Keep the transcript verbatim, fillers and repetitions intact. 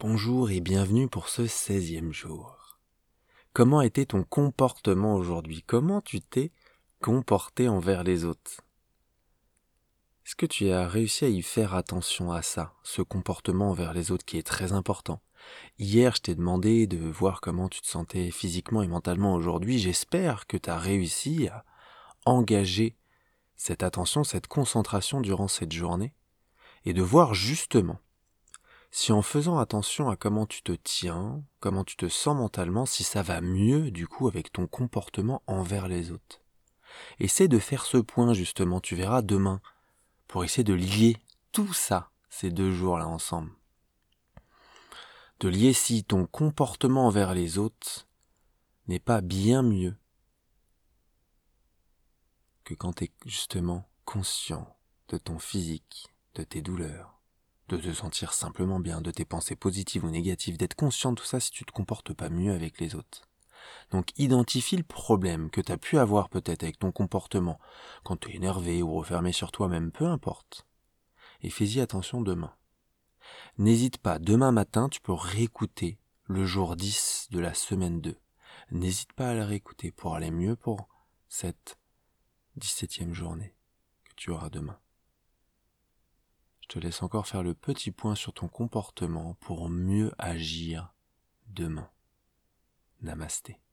Bonjour et bienvenue pour ce seizième jour. Comment était ton comportement aujourd'hui? Comment tu t'es comporté envers les autres? Est-ce que tu as réussi à y faire attention à ça, ce comportement envers les autres qui est très important? Hier, je t'ai demandé de voir comment tu te sentais physiquement et mentalement aujourd'hui. J'espère que tu as réussi à engager cette attention, cette concentration durant cette journée et de voir justement si en faisant attention à comment tu te tiens, comment tu te sens mentalement, si ça va mieux du coup avec ton comportement envers les autres. Essaie de faire ce point justement, tu verras demain, pour essayer de lier tout ça, ces deux jours-là ensemble. De lier si ton comportement envers les autres n'est pas bien mieux que quand tu es justement conscient de ton physique, de tes douleurs, de te sentir simplement bien, de tes pensées positives ou négatives, d'être conscient de tout ça si tu te comportes pas mieux avec les autres. Donc identifie le problème que tu as pu avoir peut-être avec ton comportement, quand tu es énervé ou refermé sur toi-même, peu importe. Et fais-y attention demain. N'hésite pas, demain matin, tu peux réécouter le jour dix de la semaine deux. N'hésite pas à le réécouter pour aller mieux pour cette dix-septième journée que tu auras demain. Je te laisse encore faire le petit point sur ton comportement pour mieux agir demain. Namasté.